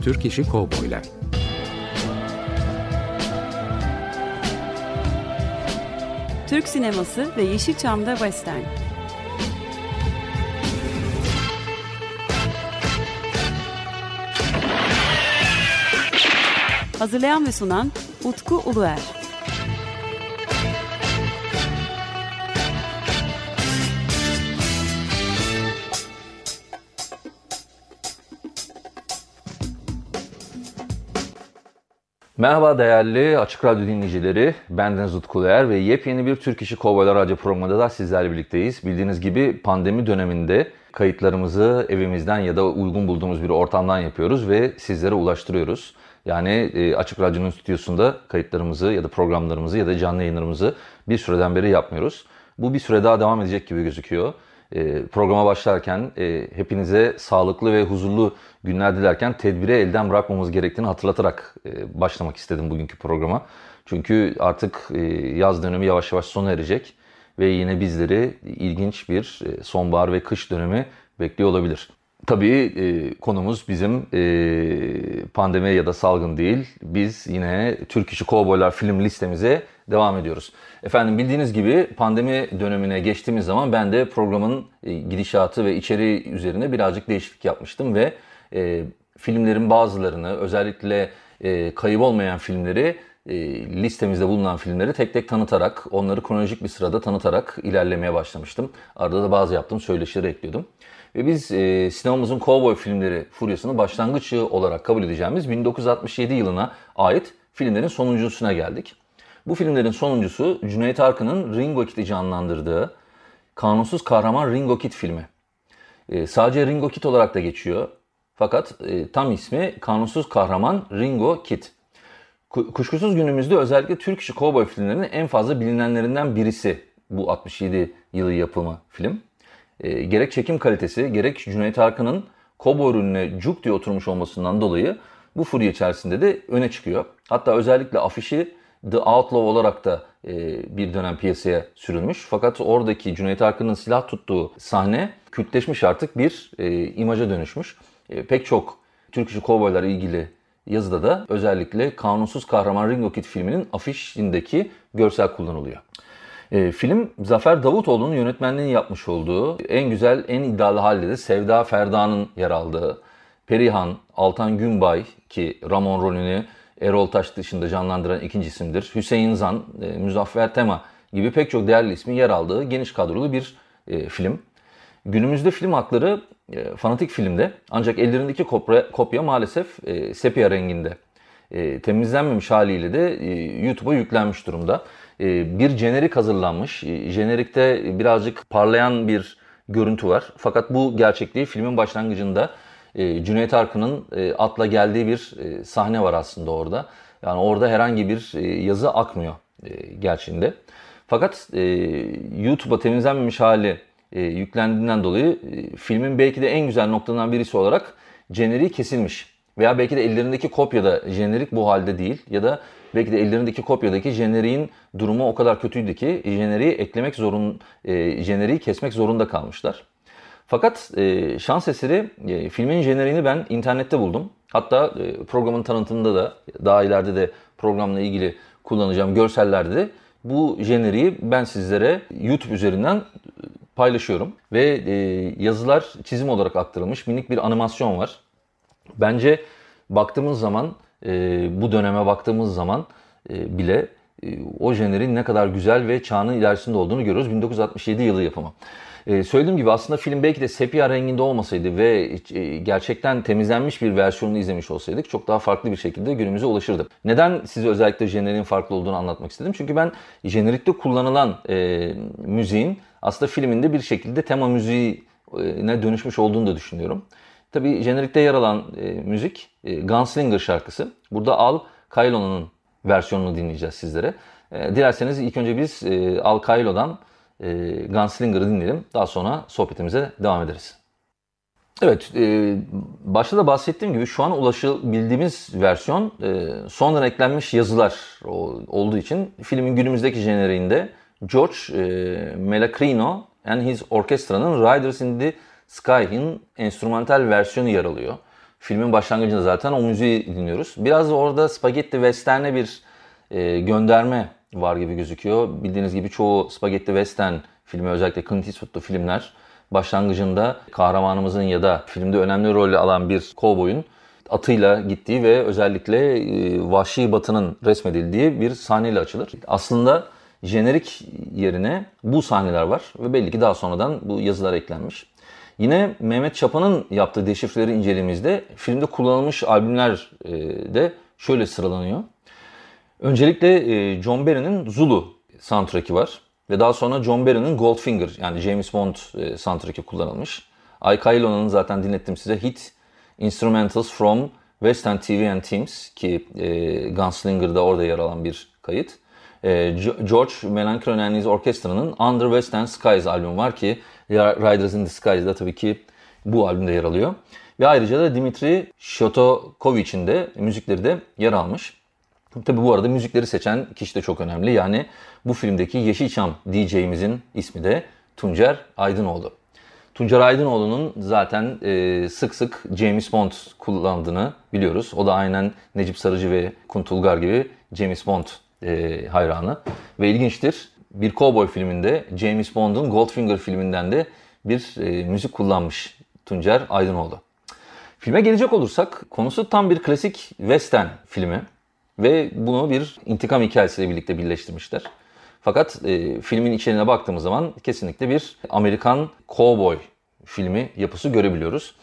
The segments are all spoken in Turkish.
Türk İşi Kovboylar. Türk sineması ve Yeşilçam'da Western. Hazırlayan ve sunan Utku Uluer. Merhaba değerli Açık Radyo dinleyicileri, bendeniz Utku Uluer ve yepyeni bir Türk İşi Kovboylar Radyo programında da sizlerle birlikteyiz. Bildiğiniz gibi pandemi döneminde kayıtlarımızı evimizden ya da uygun bulduğumuz bir ortamdan yapıyoruz ve sizlere ulaştırıyoruz. Yani Açık Radyo'nun stüdyosunda kayıtlarımızı ya da programlarımızı ya da canlı yayınlarımızı bir süreden beri yapmıyoruz. Bu bir süre daha devam edecek gibi gözüküyor. Programa başlarken hepinize sağlıklı ve huzurlu günler dilerken tedbiri elden bırakmamamız gerektiğini hatırlatarak başlamak istedim bugünkü programa. Çünkü artık yaz dönemi yavaş yavaş sona erecek ve yine bizleri ilginç bir sonbahar ve kış dönemi bekliyor olabilir. Tabii konumuz bizim pandemi ya da salgın değil. Biz yine Türk İşi Kovboylar film listemize devam ediyoruz. Efendim bildiğiniz gibi pandemi dönemine geçtiğimiz zaman ben de programın gidişatı ve içeriği üzerine birazcık değişiklik yapmıştım ve filmlerin bazılarını, özellikle kayıp filmleri, listemizde bulunan filmleri tek tek tanıtarak, onları kronolojik bir sırada tanıtarak ilerlemeye başlamıştım. Arada da bazı yaptığım söyleşileri ekliyordum. Ve biz sinemamızın kovboy filmleri furyasını başlangıç olarak kabul edeceğimiz 1967 yılına ait filmlerin sonuncusuna geldik. Bu filmlerin sonuncusu Cüneyt Arkın'ın Ringo Kid'i canlandırdığı Kanunsuz Kahraman Ringo Kid filmi. Sadece Ringo Kid olarak da geçiyor. Fakat tam ismi Kanunsuz Kahraman Ringo Kid. Kuşkusuz günümüzde özellikle Türk işi kovboy filmlerinin en fazla bilinenlerinden birisi bu 67 yılı yapımı film. Gerek çekim kalitesi, gerek Cüneyt Arkın'ın kovboy rolüne cuk diye oturmuş olmasından dolayı bu furya içerisinde de öne çıkıyor. Hatta özellikle afişi The Outlaw olarak da bir dönem piyasaya sürülmüş. Fakat oradaki Cüneyt Arkın'ın silah tuttuğu sahne kültleşmiş, artık bir imaja dönüşmüş. Pek çok Türk işi kovboylarla ilgili yazıda da özellikle Kanunsuz Kahraman Ringo Kid filminin afişindeki görsel kullanılıyor. Film Zafer Davutoğlu'nun yönetmenliğini yapmış olduğu, en güzel, en iddialı halde de Sevda Ferda'nın yer aldığı, Perihan, Altan Günbay ki Ramon rolünü Erol Taş dışında canlandıran ikinci isimdir, Hüseyin Zan, Muzaffer Tema gibi pek çok değerli ismin yer aldığı geniş kadrolu bir film. Günümüzde film hakları Fanatik Film'de, ancak ellerindeki kopya maalesef sepya renginde. Temizlenmemiş haliyle de YouTube'a yüklenmiş durumda. Bir jenerik hazırlanmış. Jenerikte birazcık parlayan bir görüntü var. Fakat bu gerçekliği filmin başlangıcında Cüneyt Arkın'ın atla geldiği bir sahne var aslında orada. Yani orada herhangi bir yazı akmıyor gerçeğinde. Fakat YouTube'a temizlenmemiş hali yüklendiğinden dolayı filmin belki de en güzel noktalarından birisi olarak jeneriği kesilmiş. Veya belki de ellerindeki kopyada jenerik bu halde değil, ya da belki de ellerindeki kopyadaki jeneriğin durumu o kadar kötüydü ki jeneriği kesmek zorunda kalmışlar. Fakat şans eseri filmin jeneriğini ben internette buldum. Hatta programın tanıtımında da, daha ileride de programla ilgili kullanacağım görsellerde de bu jeneriği ben sizlere YouTube üzerinden paylaşıyorum. Ve yazılar çizim olarak aktarılmış minik bir animasyon var. Bence baktığımız zaman, bu döneme baktığımız zaman bile o jeneriğin ne kadar güzel ve çağının ilerisinde olduğunu görüyoruz. 1967 yılı yapımı. Söylediğim gibi aslında film belki de sepya renginde olmasaydı ve gerçekten temizlenmiş bir versiyonunu izlemiş olsaydık çok daha farklı bir şekilde günümüze ulaşırdı. Neden size özellikle jeneriğin farklı olduğunu anlatmak istedim? Çünkü ben jenerikte kullanılan müziğin aslında filminde bir şekilde tema müziğine dönüşmüş olduğunu da düşünüyorum. Tabii jenerikte yer alan müzik Gunslinger şarkısı. Burada Al Caylon'un versiyonunu dinleyeceğiz sizlere. Dilerseniz ilk önce biz Al Caylo'dan Gunslinger'ı dinleyelim. Daha sonra sohbetimize devam ederiz. Evet, başta da bahsettiğim gibi şu an ulaşabildiğimiz versiyon sonradan eklenmiş yazılar olduğu için filmin günümüzdeki jeneriğinde George Mellacrino and His Orchestra'nın Riders in the Sky'in enstrümantal versiyonu yer alıyor. Filmin başlangıcında zaten o müziği dinliyoruz. Biraz orada spagetti western'e bir gönderme var gibi gözüküyor. Bildiğiniz gibi çoğu spagetti western filmi, özellikle Clint Eastwood'lu filmler, başlangıcında kahramanımızın ya da filmde önemli rol alan bir kovboyun atıyla gittiği ve özellikle Vahşi Batı'nın resmedildiği bir sahneyle açılır. Aslında jenerik yerine bu sahneler var ve belli ki daha sonradan bu yazılar eklenmiş. Yine Mehmet Çapa'nın yaptığı deşifreleri incelediğimizde filmde kullanılmış albümler de şöyle sıralanıyor. Öncelikle John Barry'nin Zulu soundtrack'i var. Ve daha sonra John Barry'nin Goldfinger, yani James Bond soundtrack'i kullanılmış. Ike Ilona'nın zaten dinlettim size Hit Instrumentals from Western TV and Teams, ki Gunslinger'da orada yer alan bir kayıt. George Melanchthon and His Orchestra'nın Under Western Skies albümü var ki Riders in the Skies'da tabii ki bu albümde yer alıyor. Ve ayrıca da Dimitri Shostakovich'in de müzikleri de yer almış. Tabii bu arada müzikleri seçen kişi de çok önemli. Yani bu filmdeki Yeşilçam DJ'imizin ismi de Tuncer Aydınoğlu. Tuncer Aydınoğlu'nun zaten sık sık James Bond kullandığını biliyoruz. O da aynen Necip Sarıcı ve Kuntulgar gibi James Bond hayranı. Ve ilginçtir, bir kovboy filminde, James Bond'un Goldfinger filminden de bir müzik kullanmış Tuncer Aydınoğlu. Filme gelecek olursak, konusu tam bir klasik western filmi. Ve bunu bir intikam hikayesiyle birlikte birleştirmişler. Fakat filmin içeriğine baktığımız zaman kesinlikle bir Amerikan cowboy filmi yapısı görebiliyoruz.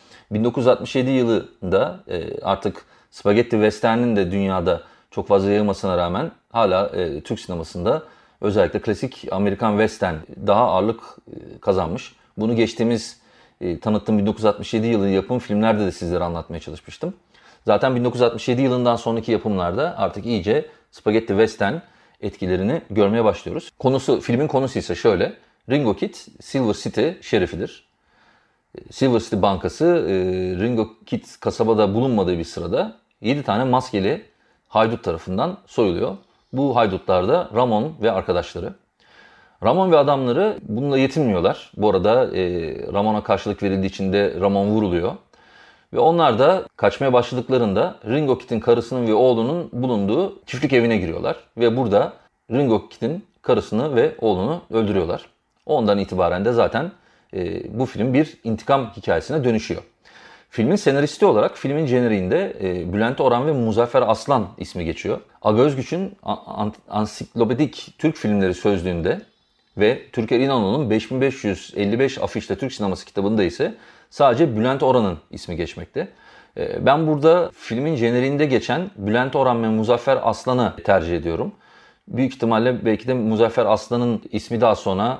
1967 yılında artık spagetti western'in de dünyada çok fazla yayılmasına rağmen hala Türk sinemasında özellikle klasik Amerikan western daha ağırlık kazanmış. Bunu geçtiğimiz tanıttığım 1967 yılı yapım filmlerde de sizlere anlatmaya çalışmıştım. Zaten 1967 yılından sonraki yapımlarda artık iyice spagetti western etkilerini görmeye başlıyoruz. Filmin konusu ise şöyle. Ringo Kid, Silver City şerifidir. Silver City Bankası, Ringo Kid kasabada bulunmadığı bir sırada 7 tane maskeli haydut tarafından soyuluyor. Bu haydutlar da Ramon ve arkadaşları. Ramon ve adamları bununla yetinmiyorlar. Bu arada Ramon'a karşılık verildiği için de Ramon vuruluyor. Ve onlar da kaçmaya başladıklarında Ringo Kid'in karısının ve oğlunun bulunduğu çiftlik evine giriyorlar. Ve burada Ringo Kid'in karısını ve oğlunu öldürüyorlar. Ondan itibaren de zaten bu film bir intikam hikayesine dönüşüyor. Filmin senaristi olarak filmin jeneriğinde Bülent Orhan ve Muzaffer Aslan ismi geçiyor. Aga Özgüç'ün Ansiklopedik Türk Filmleri sözlüğünde ve Türker İnanoğlu'nun 5555 Afişte Türk Sineması kitabında ise sadece Bülent Orhan'ın ismi geçmekte. Ben burada filmin jeneriğinde geçen Bülent Orhan ve Muzaffer Aslan'ı tercih ediyorum. Büyük ihtimalle belki de Muzaffer Aslan'ın ismi daha sonra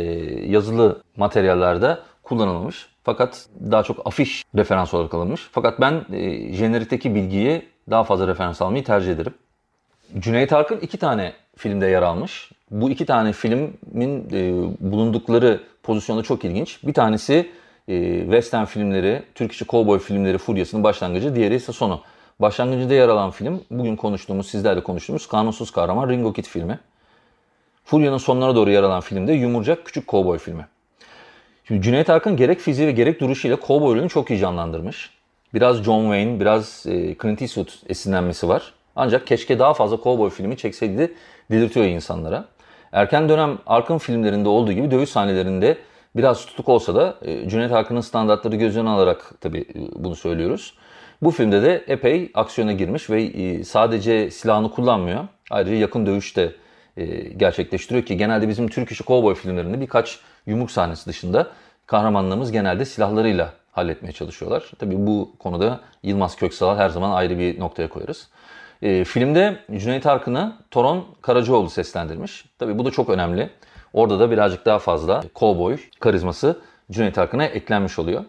yazılı materyallerde kullanılmış. Fakat daha çok afiş referans olarak alınmış. Fakat ben jenerikteki bilgiyi daha fazla referans almayı tercih ederim. Cüneyt Arkın 2 tane filmde yer almış. Bu 2 tane filmin bulundukları pozisyonda çok ilginç. Bir tanesi western filmleri, Türk işi kovboy filmleri furyasının başlangıcı, diğeri ise sonu. Başlangıcında yer alan film bugün konuştuğumuz, sizlerle konuştuğumuz Kanunsuz Kahraman Ringo Kid filmi. Furyanın sonlarına doğru yer alan filmde Yumurcak Küçük Kovboy filmi. Şimdi Cüneyt Arkın gerek fiziği ve gerek duruşuyla kovboy rolünü çok iyi canlandırmış. Biraz John Wayne, biraz Clint Eastwood esinlenmesi var. Ancak keşke daha fazla kovboy filmi çekseydi dedirtiyor insanlara. Erken dönem Arkın filmlerinde olduğu gibi dövüş sahnelerinde biraz tutuk olsa da Cüneyt Arkın'ın standartları göz önüne alarak tabii bunu söylüyoruz. Bu filmde de epey aksiyona girmiş ve sadece silahını kullanmıyor. Ayrıca yakın dövüş de gerçekleştiriyor ki genelde bizim Türk işi kovboy filmlerinde birkaç yumruk sahnesi dışında kahramanlarımız genelde silahlarıyla halletmeye çalışıyorlar. Tabii bu konuda Yılmaz Köksal'ı her zaman ayrı bir noktaya koyarız. Filmde Cüneyt Arkın'ı Toron Karacaoğlu seslendirmiş. Tabii bu da çok önemli. Orada da birazcık daha fazla kovboy karizması Cüneyt Arkın'a eklenmiş oluyor.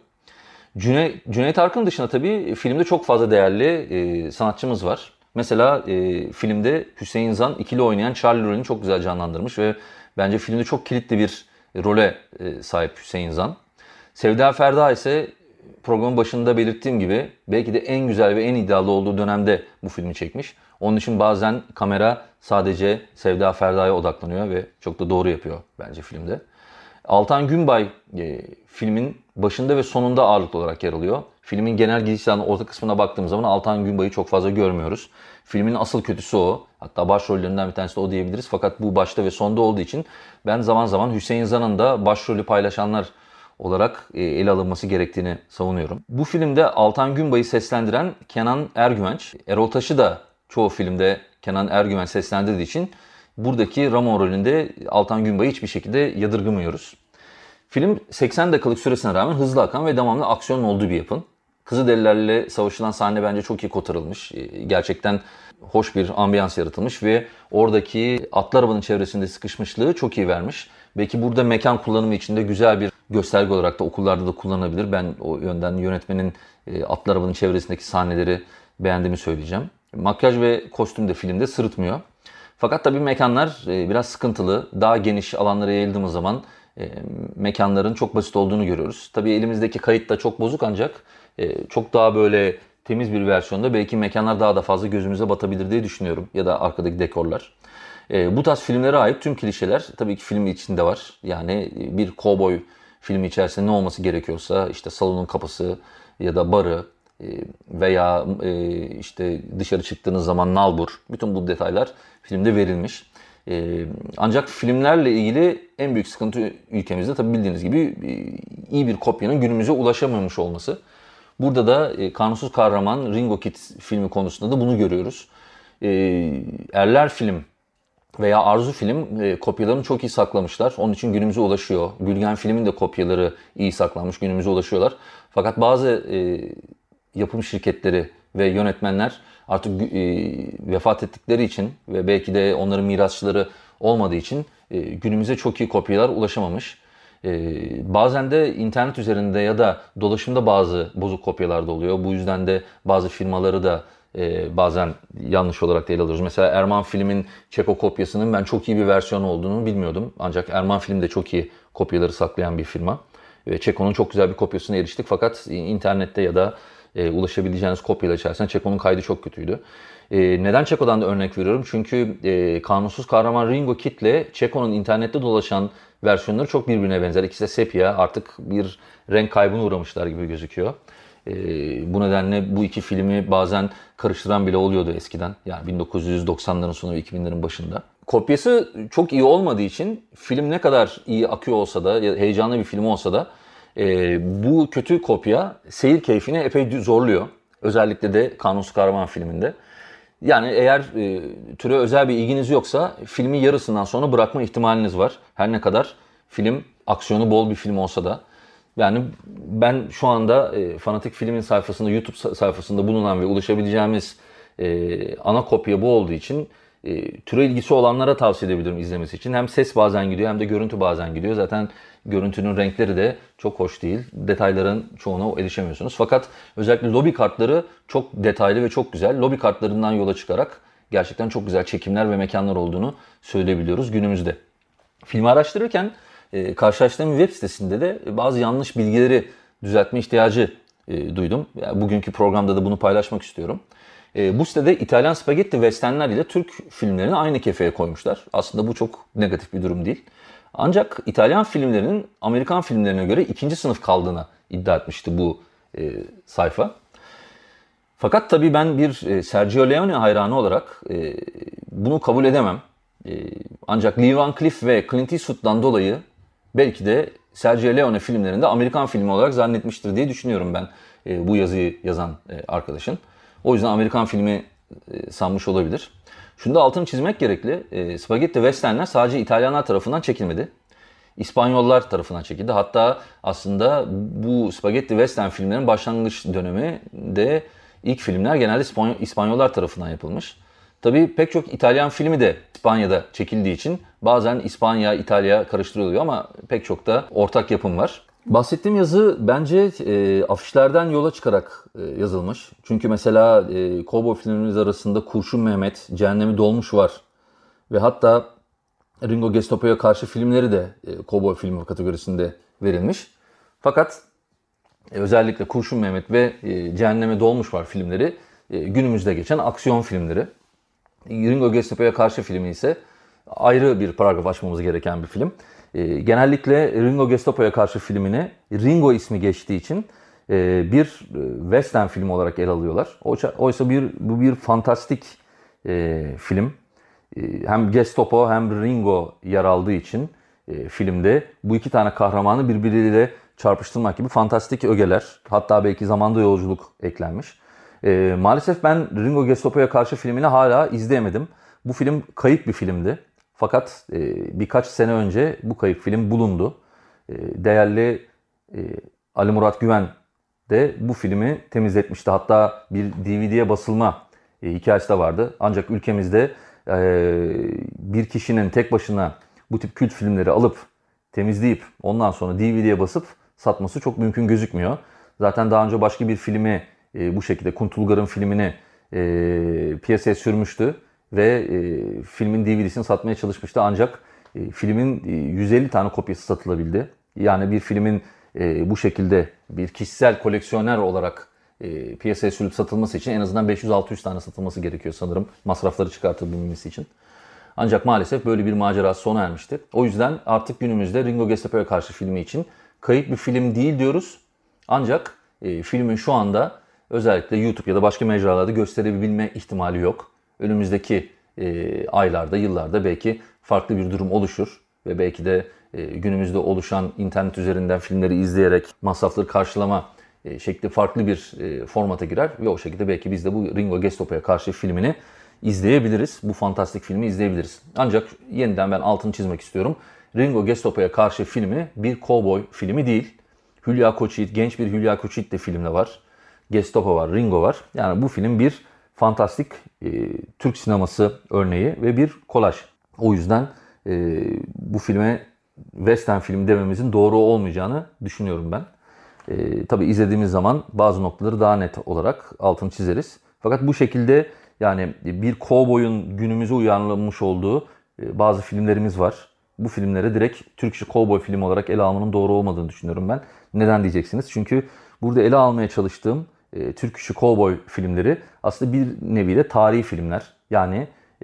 Cüneyt Arkın dışında tabii filmde çok fazla değerli sanatçımız var. Mesela filmde Hüseyin Zan ikili oynayan Charlie rolünü çok güzel canlandırmış ve bence filmde çok kilitli bir role sahip Hüseyin Zan. Sevda Ferda ise programın başında belirttiğim gibi belki de en güzel ve en iddialı olduğu dönemde bu filmi çekmiş. Onun için bazen kamera sadece Sevda Ferda'ya odaklanıyor ve çok da doğru yapıyor bence filmde. Altan Günbay filmin başında ve sonunda ağırlıklı olarak yer alıyor. Filmin genel gidişatının orta kısmına baktığımız zaman Altan Günbay'ı çok fazla görmüyoruz. Filmin asıl kötüsü o. Hatta başrollerinden bir tanesi de o diyebiliriz. Fakat bu başta ve sonda olduğu için ben zaman zaman Hüseyin Zan'ın da başrolü paylaşanlar olarak ele alınması gerektiğini savunuyorum. Bu filmde Altan Günbay'ı seslendiren Kenan Ergüvenç. Erol Taş'ı da çoğu filmde Kenan Ergüvenç seslendirdiği için buradaki Ramon rolünde Altan Günbay'ı hiçbir şekilde yadırgımıyoruz. Film 80 dakikalık süresine rağmen hızlı akan ve devamlı aksiyonun olduğu bir yapım. Kızılderililerle savaşılan sahne bence çok iyi kotarılmış. Gerçekten hoş bir ambiyans yaratılmış ve oradaki atlı arabanın çevresinde sıkışmışlığı çok iyi vermiş. Belki burada mekan kullanımı içinde güzel bir gösterge olarak da okullarda da kullanılabilir. Ben o yönden yönetmenin atlı arabanın çevresindeki sahneleri beğendiğimi söyleyeceğim. Makyaj ve kostüm de filmde sırıtmıyor. Fakat tabii mekanlar biraz sıkıntılı. Daha geniş alanlara yayıldığımız zaman mekanların çok basit olduğunu görüyoruz. Tabii elimizdeki kayıt da çok bozuk ancak çok daha böyle temiz bir versiyonda belki mekanlar daha da fazla gözümüze batabilir diye düşünüyorum. Ya da arkadaki dekorlar. Bu tarz filmlere ait tüm klişeler tabii ki filmin içinde var. Yani bir kovboy filmi içerisinde ne olması gerekiyorsa işte salonun kapısı ya da barı veya işte dışarı çıktığınız zaman nalbur, bütün bu detaylar filmde verilmiş. Ancak filmlerle ilgili en büyük sıkıntı ülkemizde tabii bildiğiniz gibi iyi bir kopyanın günümüze ulaşamamış olması. Burada da Kanunsuz Kahraman Ringo Kid filmi konusunda da bunu görüyoruz. Erler film veya Arzu film kopyalarını çok iyi saklamışlar. Onun için günümüze ulaşıyor. Gülgen filmin de kopyaları iyi saklanmış, günümüze ulaşıyorlar. Fakat bazı yapım şirketleri ve yönetmenler artık vefat ettikleri için ve belki de onların mirasçıları olmadığı için günümüze çok iyi kopyalar ulaşamamış. Bazen de internet üzerinde ya da dolaşımda bazı bozuk kopyalar da oluyor. Bu yüzden de bazı firmaları da bazen yanlış olarak da ele alıyoruz. Mesela Erman Film'in Çeko kopyasının ben çok iyi bir versiyonu olduğunu bilmiyordum. Ancak Erman Film de çok iyi kopyaları saklayan bir firma. Çeko'nun çok güzel bir kopyasına eriştik fakat internette ya da ulaşabileceğiniz kopyalar içerisinde Çeko'nun kaydı çok kötüydü. Neden Çeko'dan da örnek veriyorum? Çünkü Kanunsuz Kahraman Ringo Kid ile Çeko'nun internette dolaşan versiyonları çok birbirine benzer. İkisi de sepya, artık bir renk kaybına uğramışlar gibi gözüküyor. Bu nedenle bu iki filmi bazen karıştıran bile oluyordu eskiden. Yani 1990'ların sonu ve 2000'lerin başında. Kopyası çok iyi olmadığı için film ne kadar iyi akıyor olsa da, heyecanlı bir film olsa da bu kötü kopya seyir keyfini epey zorluyor. Özellikle de Kanunsuz Kahraman filminde. Yani eğer türe özel bir ilginiz yoksa filmi yarısından sonra bırakma ihtimaliniz var. Her ne kadar film aksiyonu bol bir film olsa da. Yani ben şu anda Fanatik Film'in sayfasında, YouTube sayfasında bulunan ve ulaşabileceğimiz ana kopya bu olduğu için türe ilgisi olanlara tavsiye edebilirim izlemesi için. Hem ses bazen gidiyor hem de görüntü bazen gidiyor. Zaten görüntünün renkleri de çok hoş değil. Detayların çoğuna erişemiyorsunuz. Fakat özellikle lobi kartları çok detaylı ve çok güzel. Lobi kartlarından yola çıkarak gerçekten çok güzel çekimler ve mekanlar olduğunu söyleyebiliyoruz günümüzde. Filmi araştırırken karşılaştığım web sitesinde de bazı yanlış bilgileri düzeltme ihtiyacı duydum. Yani bugünkü programda da bunu paylaşmak istiyorum. Bu sitede İtalyan spagetti westernler ile Türk filmlerini aynı kefeye koymuşlar. Aslında bu çok negatif bir durum değil. Ancak İtalyan filmlerinin Amerikan filmlerine göre ikinci sınıf kaldığını iddia etmişti bu sayfa. Fakat tabii ben bir Sergio Leone hayranı olarak bunu kabul edemem. Ancak Lee Van Cleef ve Clint Eastwood'dan dolayı belki de Sergio Leone filmlerinde Amerikan filmi olarak zannetmiştir diye düşünüyorum ben bu yazıyı yazan arkadaşın. O yüzden Amerikan filmi sanmış olabilir. Şunu da altını çizmek gerekli. Spagetti Westernler sadece İtalyanlar tarafından çekilmedi. İspanyollar tarafından çekildi. Hatta aslında bu Spagetti Western filmlerin başlangıç dönemi de ilk filmler genelde İspanyollar tarafından yapılmış. Tabii pek çok İtalyan filmi de İspanya'da çekildiği için bazen İspanya, İtalya karıştırılıyor ama pek çok da ortak yapım var. Bahsettiğim yazı bence afişlerden yola çıkarak yazılmış. Çünkü mesela kovboy filmlerimiz arasında Kurşun Mehmet, Cehennemi Dolmuş var. Ve hatta Ringo Gestapo'ya karşı filmleri de kovboy filmi kategorisinde verilmiş. Fakat özellikle Kurşun Mehmet ve Cehenneme Dolmuş var filmleri günümüzde geçen aksiyon filmleri. Ringo Gestapo'ya karşı filmi ise ayrı bir paragraf açmamız gereken bir film. Genellikle Ringo Gestapo'ya karşı filmini Ringo ismi geçtiği için bir western film olarak ele alıyorlar. Oysa bu bir fantastik film. Hem Gestapo hem Ringo yer aldığı için filmde bu iki tane kahramanı birbiriyle çarpıştırmak gibi fantastik ögeler, hatta belki zamanda yolculuk eklenmiş. Maalesef ben Ringo Gestapo'ya karşı filmini hala izleyemedim. Bu film kayıp bir filmdi. Fakat birkaç sene önce bu kayıp film bulundu. Değerli Ali Murat Güven de bu filmi temizletmişti. Hatta bir DVD'ye basılma hikayesi de vardı. Ancak ülkemizde bir kişinin tek başına bu tip kült filmleri alıp temizleyip ondan sonra DVD'ye basıp satması çok mümkün gözükmüyor. Zaten daha önce başka bir filmi bu şekilde Kuntulgar'ın filmini piyasaya sürmüştü ve filmin DVD'sini satmaya çalışmıştı. Ancak filmin 150 tane kopyası satılabildi. Yani bir filmin bu şekilde bir kişisel koleksiyoner olarak piyasaya sürüp satılması için en azından 500-600 tane satılması gerekiyor sanırım. Masrafları çıkartılabilmesi için. Ancak maalesef böyle bir macerası sona ermişti. O yüzden artık günümüzde Ringo Gestapo'ya karşı filmi için kayıp bir film değil diyoruz. Ancak filmin şu anda özellikle YouTube ya da başka mecralarda gösterebilme ihtimali yok. Önümüzdeki aylarda, yıllarda belki farklı bir durum oluşur. Ve belki de günümüzde oluşan internet üzerinden filmleri izleyerek masrafları karşılama şekli farklı bir formata girer. Ve o şekilde belki biz de bu Ringo Gestapo'ya karşı filmini izleyebiliriz. Bu fantastik filmi izleyebiliriz. Ancak yeniden ben altını çizmek istiyorum. Ringo Gestapo'ya karşı filmi bir kovboy filmi değil. Hülya Koçyiğit, genç bir Hülya Koçyiğit de filmde var. Gestapo var, Ringo var. Yani bu film bir fantastik Türk sineması örneği ve bir kolaj. O yüzden bu filme western film dememizin doğru olmayacağını düşünüyorum ben. Tabii izlediğimiz zaman bazı noktaları daha net olarak altını çizeriz. Fakat bu şekilde yani bir kovboyun günümüze uyarlanmış olduğu bazı filmlerimiz var. Bu filmlere direkt Türk işi kovboy film olarak ele almanın doğru olmadığını düşünüyorum ben. Neden diyeceksiniz? Çünkü burada ele almaya çalıştığım Türk işi kovboy filmleri aslında bir nevi de tarihi filmler. Yani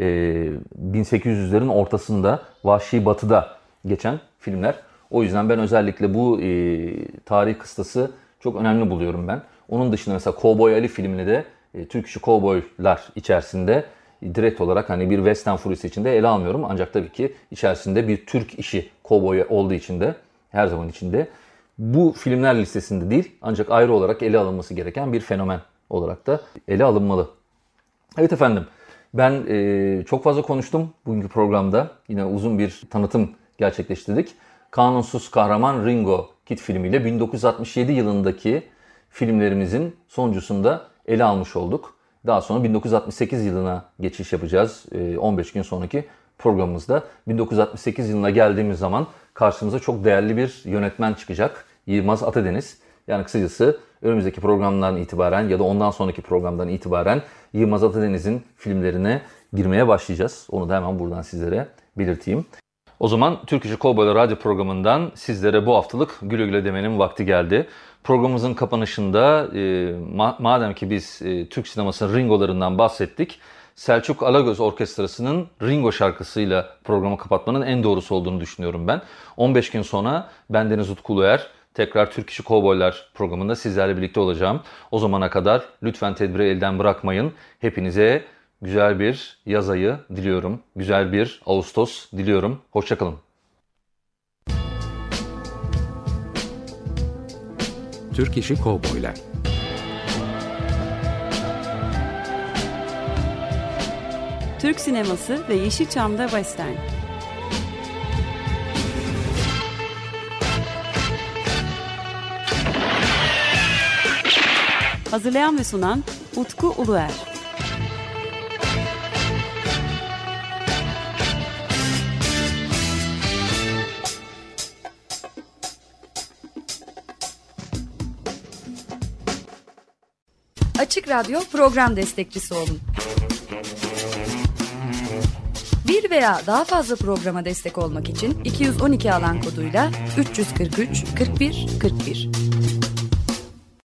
1800'lerin ortasında Vahşi Batı'da geçen filmler. O yüzden ben özellikle bu tarih kıstası çok önemli buluyorum ben. Onun dışında mesela Kovboy Ali filmini de Türk işi kovboylar içerisinde direkt olarak hani bir western furyası içinde ele almıyorum. Ancak tabii ki içerisinde bir Türk işi kovboy olduğu için de her zaman içinde bu filmler listesinde değil ancak ayrı olarak ele alınması gereken bir fenomen olarak da ele alınmalı. Evet efendim, ben çok fazla konuştum bugünkü programda. Yine uzun bir tanıtım gerçekleştirdik. Kanunsuz Kahraman Ringo Kid filmiyle 1967 yılındaki filmlerimizin sonuncusunda ele almış olduk. Daha sonra 1968 yılına geçiş yapacağız 15 gün sonraki programımızda. 1968 yılına geldiğimiz zaman karşımıza çok değerli bir yönetmen çıkacak. Yılmaz Atadeniz. Yani kısacası önümüzdeki programdan itibaren ya da ondan sonraki programdan itibaren Yılmaz Atadeniz'in filmlerine girmeye başlayacağız. Onu da hemen buradan sizlere belirteyim. O zaman Türk İşi Kovboylar Radyo programından sizlere bu haftalık güle güle demenin vakti geldi. Programımızın kapanışında madem ki biz Türk sinemasının Ringo'larından bahsettik, Selçuk Alagöz Orkestrası'nın Ringo şarkısıyla programı kapatmanın en doğrusu olduğunu düşünüyorum ben. 15 gün sonra bendeniz Utku Uluer tekrar Türk İşi Kovboylar programında sizlerle birlikte olacağım. O zamana kadar lütfen tedbiri elden bırakmayın. Hepinize güzel bir yaz ayı diliyorum. Güzel bir Ağustos diliyorum. Hoşça kalın. Türk İşi Kovboylar. Türk sineması ve Yeşilçam'da Western. Hazırlayan ve sunan Utku Uluer. Açık Radyo program destekçisi olun. Bir veya daha fazla programa destek olmak için 212 alan koduyla 343 41 41.